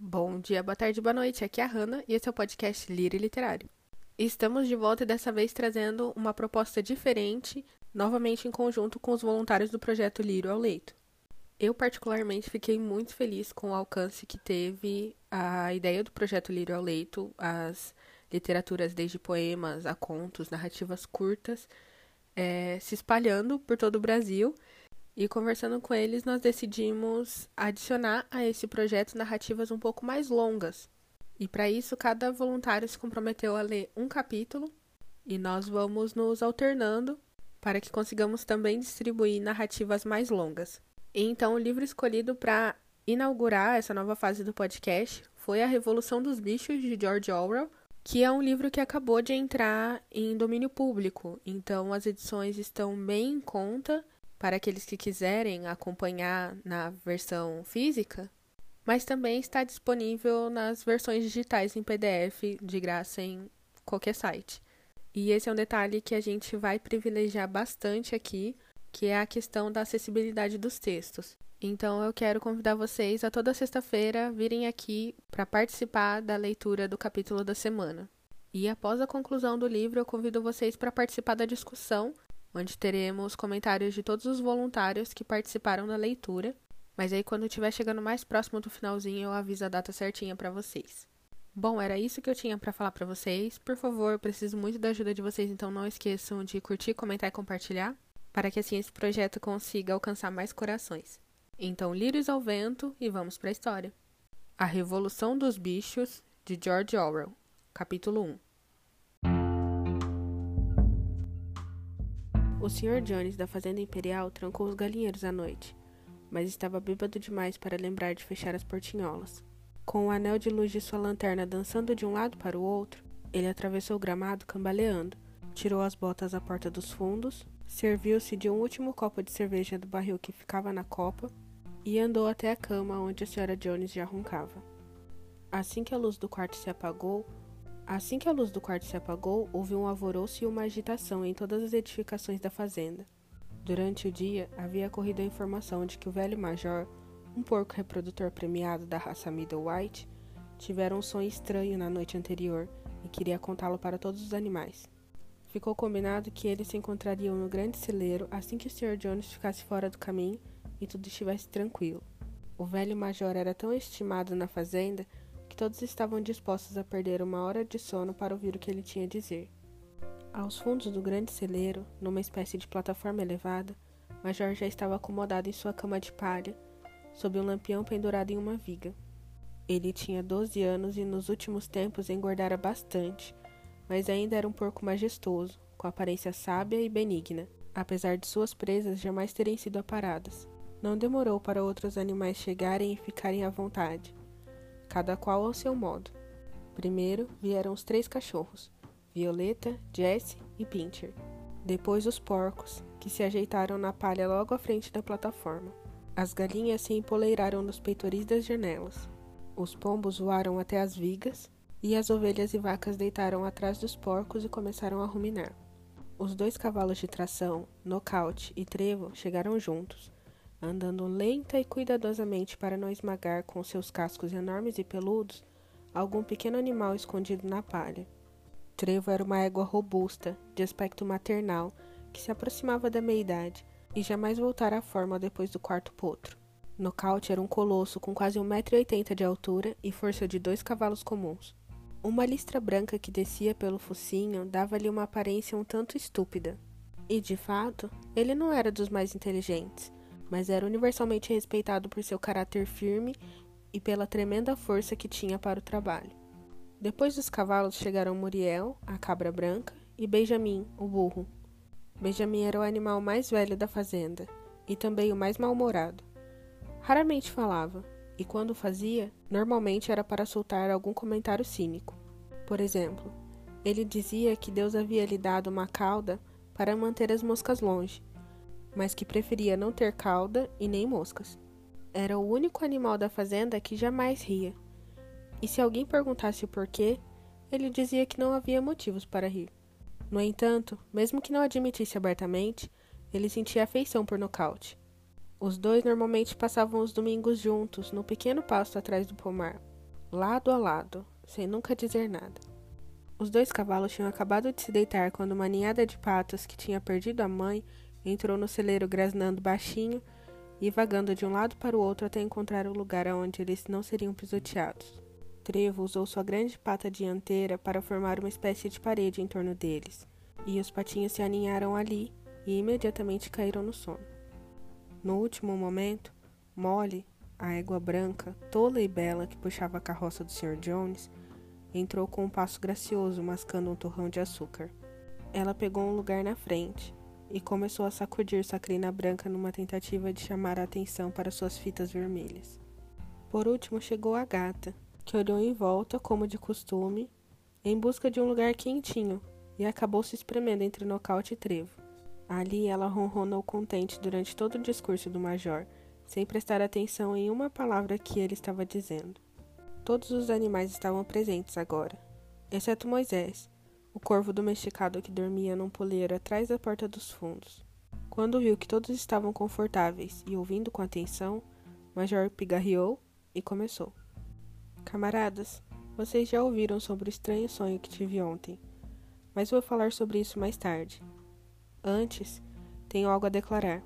Bom dia, boa tarde, boa noite. Aqui é a Hannah e esse é o podcast Lírio Literário. Estamos de volta e dessa vez trazendo uma proposta diferente, novamente em conjunto com os voluntários do projeto Lírio ao Leito. Eu particularmente fiquei muito feliz com o alcance que teve a ideia do projeto Lírio ao Leito, as literaturas desde poemas a contos, narrativas curtas, se espalhando por todo o Brasil. E conversando com eles, nós decidimos adicionar a esse projeto narrativas um pouco mais longas. E para isso, cada voluntário se comprometeu a ler um capítulo e nós vamos nos alternando para que consigamos também distribuir narrativas mais longas. E então, o livro escolhido para inaugurar essa nova fase do podcast foi A Revolução dos Bichos, de George Orwell, que é um livro que acabou de entrar em domínio público. Então, as edições estão bem em conta para aqueles que quiserem acompanhar na versão física, mas também está disponível nas versões digitais em PDF, de graça em qualquer site. E esse é um detalhe que a gente vai privilegiar bastante aqui, que é a questão da acessibilidade dos textos. Então eu quero convidar vocês a toda sexta-feira virem aqui para participar da leitura do capítulo da semana. E após a conclusão do livro, eu convido vocês para participar da discussão, onde teremos comentários de todos os voluntários que participaram da leitura, mas aí quando estiver chegando mais próximo do finalzinho eu aviso a data certinha para vocês. Bom, era isso que eu tinha para falar para vocês. Por favor, eu preciso muito da ajuda de vocês, então não esqueçam de curtir, comentar e compartilhar, para que assim esse projeto consiga alcançar mais corações. Então, lírios ao vento e vamos para a história. A Revolução dos Bichos, de George Orwell, capítulo 1. O Sr. Jones da Fazenda Imperial trancou os galinheiros à noite, mas estava bêbado demais para lembrar de fechar as portinholas. Com o anel de luz de sua lanterna dançando de um lado para o outro, ele atravessou o gramado cambaleando, tirou as botas à porta dos fundos, serviu-se de um último copo de cerveja do barril que ficava na copa e andou até a cama onde a Sra. Jones já roncava. Assim que a luz do quarto se apagou, houve um alvoroço e uma agitação em todas as edificações da fazenda. Durante o dia, havia corrido a informação de que o velho major, um porco reprodutor premiado da raça Middle White, tivera um sonho estranho na noite anterior e queria contá-lo para todos os animais. Ficou combinado que eles se encontrariam no grande celeiro assim que o Sr. Jones ficasse fora do caminho e tudo estivesse tranquilo. O velho major era tão estimado na fazenda que todos estavam dispostos a perder uma hora de sono para ouvir o que ele tinha a dizer. Aos fundos do grande celeiro, numa espécie de plataforma elevada, Major já estava acomodado em sua cama de palha, sob um lampião pendurado em uma viga. Ele tinha 12 anos e nos últimos tempos engordara bastante, mas ainda era um porco majestoso, com aparência sábia e benigna, apesar de suas presas jamais terem sido aparadas. Não demorou para outros animais chegarem e ficarem à vontade, cada qual ao seu modo. Primeiro vieram os 3 cachorros, Violeta, Jessie e Pincher. Depois os porcos, que se ajeitaram na palha logo à frente da plataforma. As galinhas se empoleiraram nos peitoris das janelas. Os pombos voaram até as vigas, e as ovelhas e vacas deitaram atrás dos porcos e começaram a ruminar. Os 2 cavalos de tração, Nocaute e Trevo, chegaram juntos, andando lenta e cuidadosamente para não esmagar com seus cascos enormes e peludos algum pequeno animal escondido na palha. Trevo era uma égua robusta, de aspecto maternal, que se aproximava da meia-idade e jamais voltara à forma depois do 4º potro. Nocaute era um colosso com quase 1,80 m de altura e força de 2 cavalos comuns. Uma listra branca que descia pelo focinho dava-lhe uma aparência um tanto estúpida. E, de fato, ele não era dos mais inteligentes, mas era universalmente respeitado por seu caráter firme e pela tremenda força que tinha para o trabalho. Depois dos cavalos chegaram Muriel, a cabra branca, e Benjamin, o burro. Benjamin era o animal mais velho da fazenda, e também o mais mal-humorado. Raramente falava, e quando fazia, normalmente era para soltar algum comentário cínico. Por exemplo, ele dizia que Deus havia lhe dado uma cauda para manter as moscas longe, mas que preferia não ter cauda e nem moscas. Era o único animal da fazenda que jamais ria, e se alguém perguntasse o porquê, ele dizia que não havia motivos para rir. No entanto, mesmo que não admitisse abertamente, ele sentia afeição por Nocaute. Os 2 normalmente passavam os domingos juntos, no pequeno pasto atrás do pomar. lado a lado, sem nunca dizer nada. Os 2 cavalos tinham acabado de se deitar quando uma ninhada de patos que tinha perdido a mãe entrou no celeiro grasnando baixinho e vagando de um lado para o outro até encontrar o lugar onde eles não seriam pisoteados. Trevo usou sua grande pata dianteira para formar uma espécie de parede em torno deles, e os patinhos se aninharam ali e imediatamente caíram no sono. No último momento, Molly, a égua branca, tola e bela que puxava a carroça do Sr. Jones, entrou com um passo gracioso, mascando um torrão de açúcar. Ela pegou um lugar na frente e começou a sacudir sua crina branca numa tentativa de chamar a atenção para suas fitas vermelhas. Por último chegou a gata, que olhou em volta, como de costume, em busca de um lugar quentinho, e acabou se espremendo entre Nocaute e Trevo. Ali ela ronronou contente durante todo o discurso do major, sem prestar atenção em uma palavra que ele estava dizendo. Todos os animais estavam presentes agora, exceto Moisés, o corvo domesticado que dormia num poleiro atrás da porta dos fundos. Quando viu que todos estavam confortáveis e ouvindo com atenção, Major pigarreou e começou. Camaradas, vocês já ouviram sobre o estranho sonho que tive ontem, mas vou falar sobre isso mais tarde. Antes, tenho algo a declarar.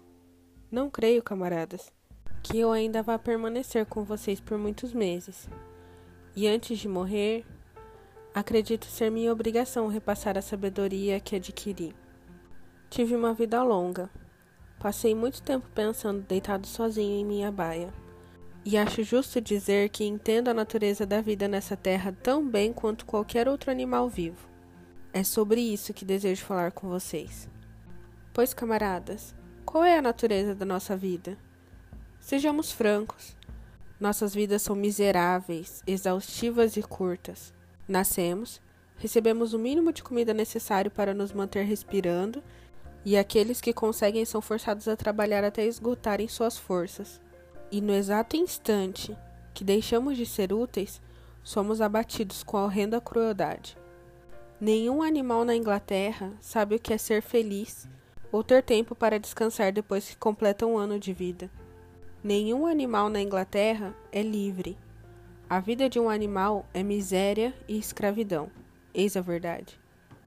Não creio, camaradas, que eu ainda vá permanecer com vocês por muitos meses. E antes de morrer, acredito ser minha obrigação repassar a sabedoria que adquiri. Tive uma vida longa. Passei muito tempo pensando deitado sozinho em minha baia. E acho justo dizer que entendo a natureza da vida nessa terra tão bem quanto qualquer outro animal vivo. É sobre isso que desejo falar com vocês. Pois, camaradas, qual é a natureza da nossa vida? Sejamos francos. Nossas vidas são miseráveis, exaustivas e curtas. Nascemos, recebemos o mínimo de comida necessário para nos manter respirando, e aqueles que conseguem são forçados a trabalhar até esgotarem suas forças. E no exato instante que deixamos de ser úteis, somos abatidos com a horrenda crueldade. Nenhum animal na Inglaterra sabe o que é ser feliz ou ter tempo para descansar depois que completa um ano de vida. Nenhum animal na Inglaterra é livre. A vida de um animal é miséria e escravidão. Eis a verdade.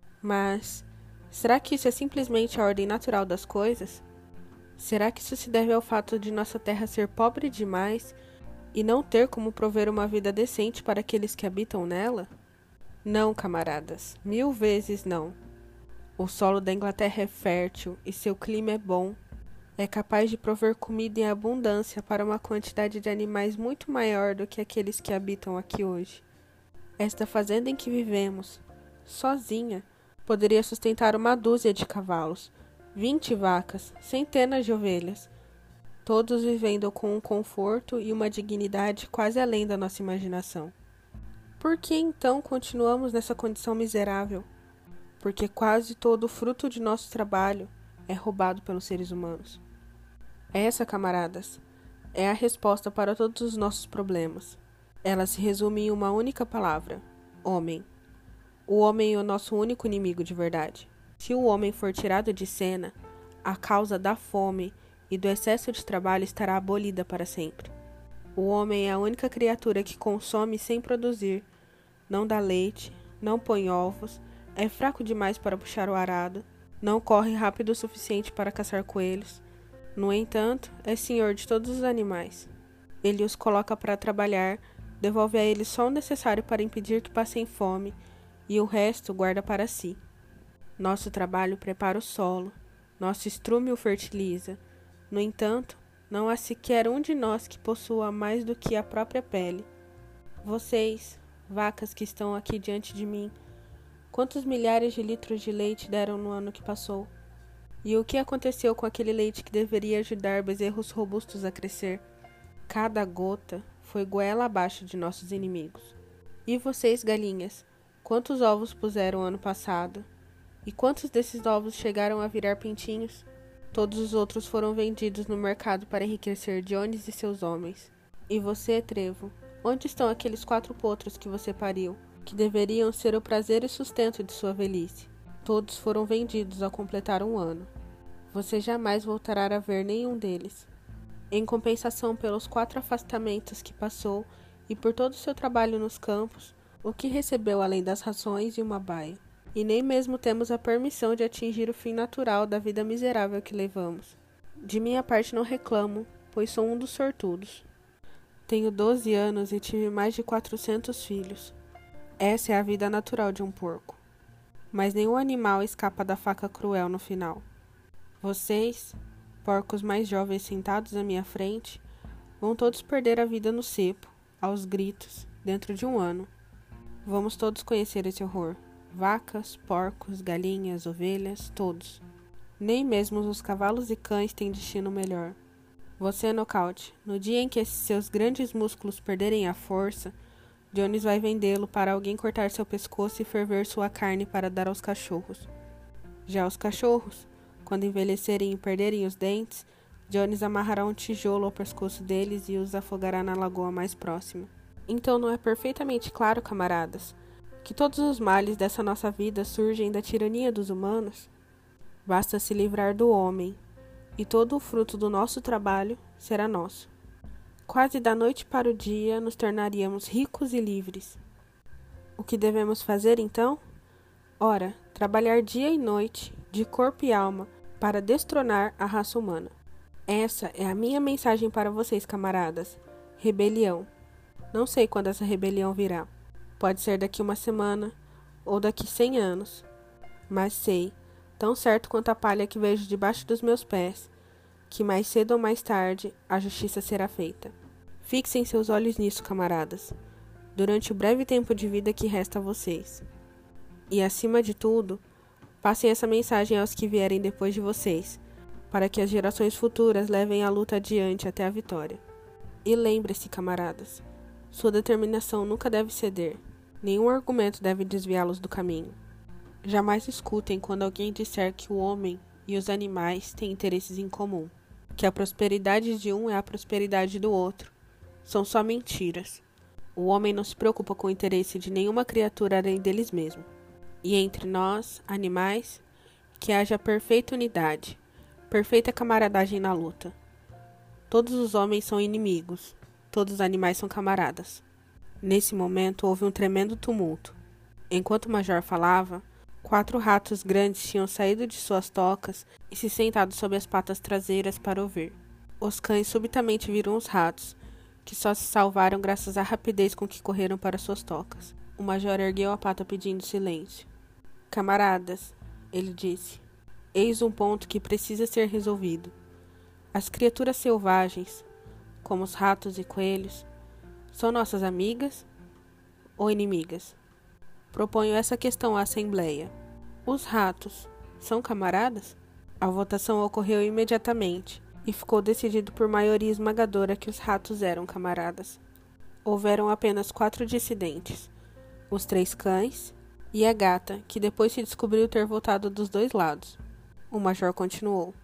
Mas será que isso é simplesmente a ordem natural das coisas? Será que isso se deve ao fato de nossa terra ser pobre demais e não ter como prover uma vida decente para aqueles que habitam nela? Não, camaradas, 1000 vezes não. O solo da Inglaterra é fértil e seu clima é bom. É capaz de prover comida em abundância para uma quantidade de animais muito maior do que aqueles que habitam aqui hoje. Esta fazenda em que vivemos, sozinha, poderia sustentar uma dúzia de cavalos, 20 vacas, centenas de ovelhas, todos vivendo com um conforto e uma dignidade quase além da nossa imaginação. Por que então continuamos nessa condição miserável? Porque quase todo o fruto de nosso trabalho é roubado pelos seres humanos. Essa, camaradas, é a resposta para todos os nossos problemas. Ela se resume em uma única palavra: homem. O homem é o nosso único inimigo de verdade. Se o homem for tirado de cena, a causa da fome e do excesso de trabalho estará abolida para sempre. O homem é a única criatura que consome sem produzir, não dá leite, não põe ovos, é fraco demais para puxar o arado, não corre rápido o suficiente para caçar coelhos. No entanto, é senhor de todos os animais. Ele os coloca para trabalhar, devolve a eles só o necessário para impedir que passem fome, e o resto guarda para si. Nosso trabalho prepara o solo, nosso estrume o fertiliza. No entanto, não há sequer um de nós que possua mais do que a própria pele. Vocês, vacas que estão aqui diante de mim, quantos milhares de litros de leite deram no ano que passou? E o que aconteceu com aquele leite que deveria ajudar bezerros robustos a crescer? Cada gota foi goela abaixo de nossos inimigos. E vocês, galinhas, quantos ovos puseram ano passado? E quantos desses ovos chegaram a virar pintinhos? Todos os outros foram vendidos no mercado para enriquecer Jones e seus homens. E você, Trevo, onde estão aqueles 4 potros que você pariu, que deveriam ser o prazer e sustento de sua velhice? Todos foram vendidos ao completar um ano. Você jamais voltará a ver nenhum deles. Em compensação pelos 4 afastamentos que passou e por todo o seu trabalho nos campos, o que recebeu além das rações e uma baia. E nem mesmo temos a permissão de atingir o fim natural da vida miserável que levamos. De minha parte não reclamo, pois sou um dos sortudos. Tenho 12 anos e tive mais de 400 filhos. Essa é a vida natural de um porco. Mas nenhum animal escapa da faca cruel no final. Vocês, porcos mais jovens sentados à minha frente, vão todos perder a vida no cepo, aos gritos, dentro de um ano. Vamos todos conhecer esse horror. Vacas, porcos, galinhas, ovelhas, todos. Nem mesmo os cavalos e cães têm destino melhor. Você, Nocaute, no dia em que esses seus grandes músculos perderem a força, Jones vai vendê-lo para alguém cortar seu pescoço e ferver sua carne para dar aos cachorros. Já os cachorros, quando envelhecerem e perderem os dentes, Jones amarrará um tijolo ao pescoço deles e os afogará na lagoa mais próxima. Então não é perfeitamente claro, camaradas, que todos os males dessa nossa vida surgem da tirania dos humanos? Basta se livrar do homem, e todo o fruto do nosso trabalho será nosso. Quase da noite para o dia nos tornaríamos ricos e livres. O que devemos fazer então? Ora, trabalhar dia e noite, de corpo e alma, para destronar a raça humana. Essa é a minha mensagem para vocês, camaradas. Rebelião. Não sei quando essa rebelião virá. Pode ser daqui uma semana ou daqui 100 anos. Mas sei, tão certo quanto a palha que vejo debaixo dos meus pés, que mais cedo ou mais tarde a justiça será feita. Fixem seus olhos nisso, camaradas, durante o breve tempo de vida que resta a vocês. E, acima de tudo, passem essa mensagem aos que vierem depois de vocês, para que as gerações futuras levem a luta adiante até a vitória. E lembre-se, camaradas, sua determinação nunca deve ceder. Nenhum argumento deve desviá-los do caminho. Jamais escutem quando alguém disser que o homem e os animais têm interesses em comum, que a prosperidade de um é a prosperidade do outro. São só mentiras. O homem não se preocupa com o interesse de nenhuma criatura além deles mesmos. E entre nós, animais, que haja perfeita unidade, perfeita camaradagem na luta. Todos os homens são inimigos, todos os animais são camaradas. Nesse momento houve um tremendo tumulto. Enquanto o major falava, 4 ratos grandes tinham saído de suas tocas e se sentado sob as patas traseiras para ouvir. Os cães subitamente viram os ratos, que só se salvaram graças à rapidez com que correram para suas tocas. O major ergueu a pata pedindo silêncio. Camaradas, ele disse, eis um ponto que precisa ser resolvido. As criaturas selvagens, como os ratos e coelhos, são nossas amigas ou inimigas? Proponho essa questão à Assembleia. Os ratos são camaradas? A votação ocorreu imediatamente e ficou decidido por maioria esmagadora que os ratos eram camaradas. Houveram apenas 4 dissidentes, os 3 cães e a gata, que depois se descobriu ter votado dos 2 lados. O major continuou.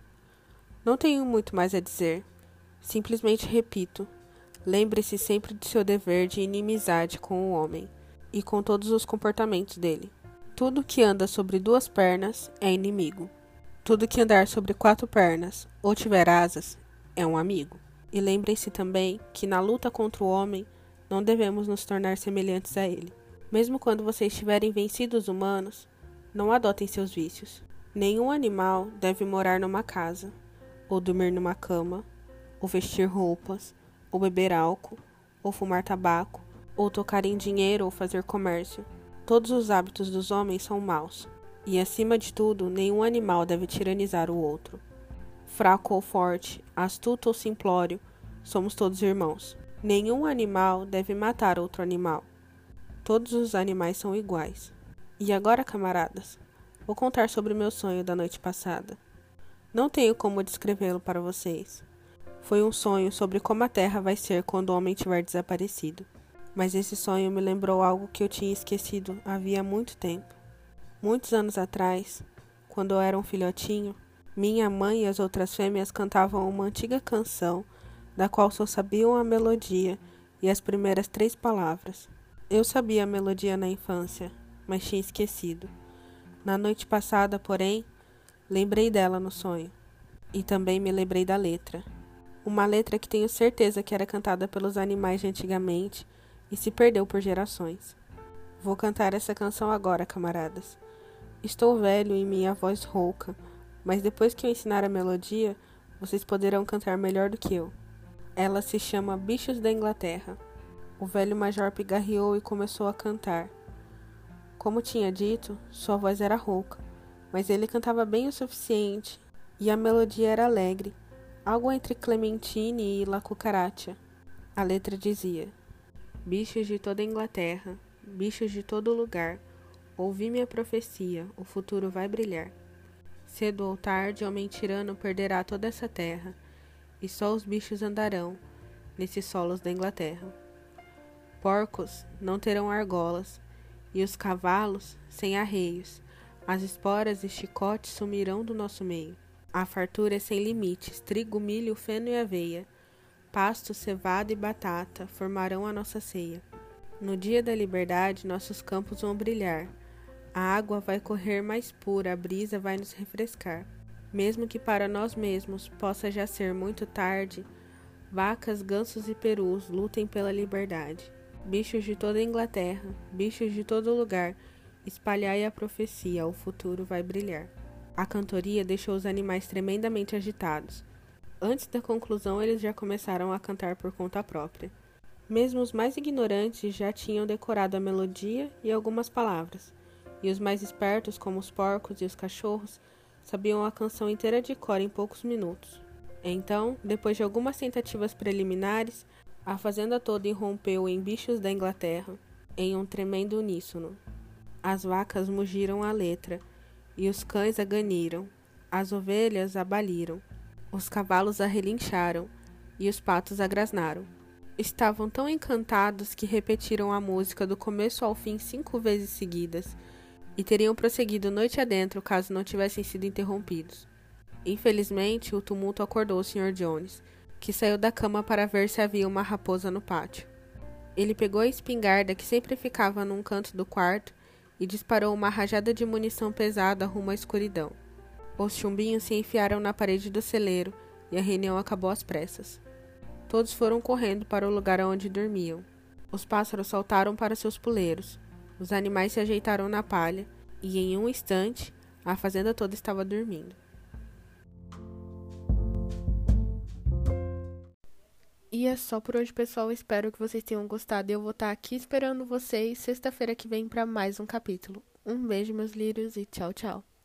Não tenho muito mais a dizer. Simplesmente repito. Lembre-se sempre de seu dever de inimizade com o homem e com todos os comportamentos dele. Tudo que anda sobre 2 pernas é inimigo. Tudo que andar sobre 4 pernas ou tiver asas é um amigo. E lembrem-se também que na luta contra o homem não devemos nos tornar semelhantes a ele. Mesmo quando vocês tiverem vencido os humanos, não adotem seus vícios. Nenhum animal deve morar numa casa, ou dormir numa cama, ou vestir roupas, ou beber álcool, ou fumar tabaco, ou tocar em dinheiro ou fazer comércio. Todos os hábitos dos homens são maus. E, acima de tudo, nenhum animal deve tiranizar o outro. Fraco ou forte, astuto ou simplório, somos todos irmãos. Nenhum animal deve matar outro animal. Todos os animais são iguais. E agora, camaradas, vou contar sobre o meu sonho da noite passada. Não tenho como descrevê-lo para vocês. Foi um sonho sobre como a Terra vai ser quando o homem tiver desaparecido. Mas esse sonho me lembrou algo que eu tinha esquecido havia muito tempo. Muitos anos atrás, quando eu era um filhotinho, minha mãe e as outras fêmeas cantavam uma antiga canção, da qual só sabiam a melodia e as primeiras 3 palavras. Eu sabia a melodia na infância, mas tinha esquecido. Na noite passada, porém, lembrei dela no sonho. E também me lembrei da letra. Uma letra que tenho certeza que era cantada pelos animais de antigamente e se perdeu por gerações. Vou cantar essa canção agora, camaradas. Estou velho e minha voz rouca, mas depois que eu ensinar a melodia, vocês poderão cantar melhor do que eu. Ela se chama Bichos da Inglaterra. O velho major pigarreou e começou a cantar. Como tinha dito, sua voz era rouca, mas ele cantava bem o suficiente, e a melodia era alegre, algo entre Clementine e La Cucaracha. A letra dizia: bichos de toda a Inglaterra, bichos de todo lugar, ouvi minha profecia, o futuro vai brilhar. Cedo ou tarde, homem tirano perderá toda essa terra, e só os bichos andarão nesses solos da Inglaterra. Porcos não terão argolas, e os cavalos sem arreios. As esporas e chicotes sumirão do nosso meio. A fartura é sem limites, trigo, milho, feno e aveia. Pasto, cevada e batata formarão a nossa ceia. No dia da liberdade, nossos campos vão brilhar. A água vai correr mais pura, a brisa vai nos refrescar. Mesmo que para nós mesmos possa já ser muito tarde, vacas, gansos e perus lutem pela liberdade. Bichos de toda a Inglaterra, bichos de todo lugar, espalhai a profecia, o futuro vai brilhar. A cantoria deixou os animais tremendamente agitados. Antes da conclusão, eles já começaram a cantar por conta própria. Mesmo os mais ignorantes já tinham decorado a melodia e algumas palavras, e os mais espertos, como os porcos e os cachorros, sabiam a canção inteira de cor em poucos minutos. Então, depois de algumas tentativas preliminares, a fazenda toda irrompeu em Bichos da Inglaterra, em um tremendo uníssono. As vacas mugiram a letra, e os cães a ganiram, as ovelhas a baliram, os cavalos a relincharam, e os patos a grasnaram. Estavam tão encantados que repetiram a música do começo ao fim 5 vezes seguidas, e teriam prosseguido noite adentro caso não tivessem sido interrompidos. Infelizmente, o tumulto acordou o Sr. Jones, que saiu da cama para ver se havia uma raposa no pátio. Ele pegou a espingarda que sempre ficava num canto do quarto e disparou uma rajada de munição pesada rumo à escuridão. Os chumbinhos se enfiaram na parede do celeiro e a reunião acabou às pressas. Todos foram correndo para o lugar onde dormiam. Os pássaros saltaram para seus puleiros. Os animais se ajeitaram na palha e, em um instante, a fazenda toda estava dormindo. E é só por hoje, pessoal. Espero que vocês tenham gostado. Eu vou estar aqui esperando vocês sexta-feira que vem para mais um capítulo. Um beijo, meus lírios, e tchau, tchau.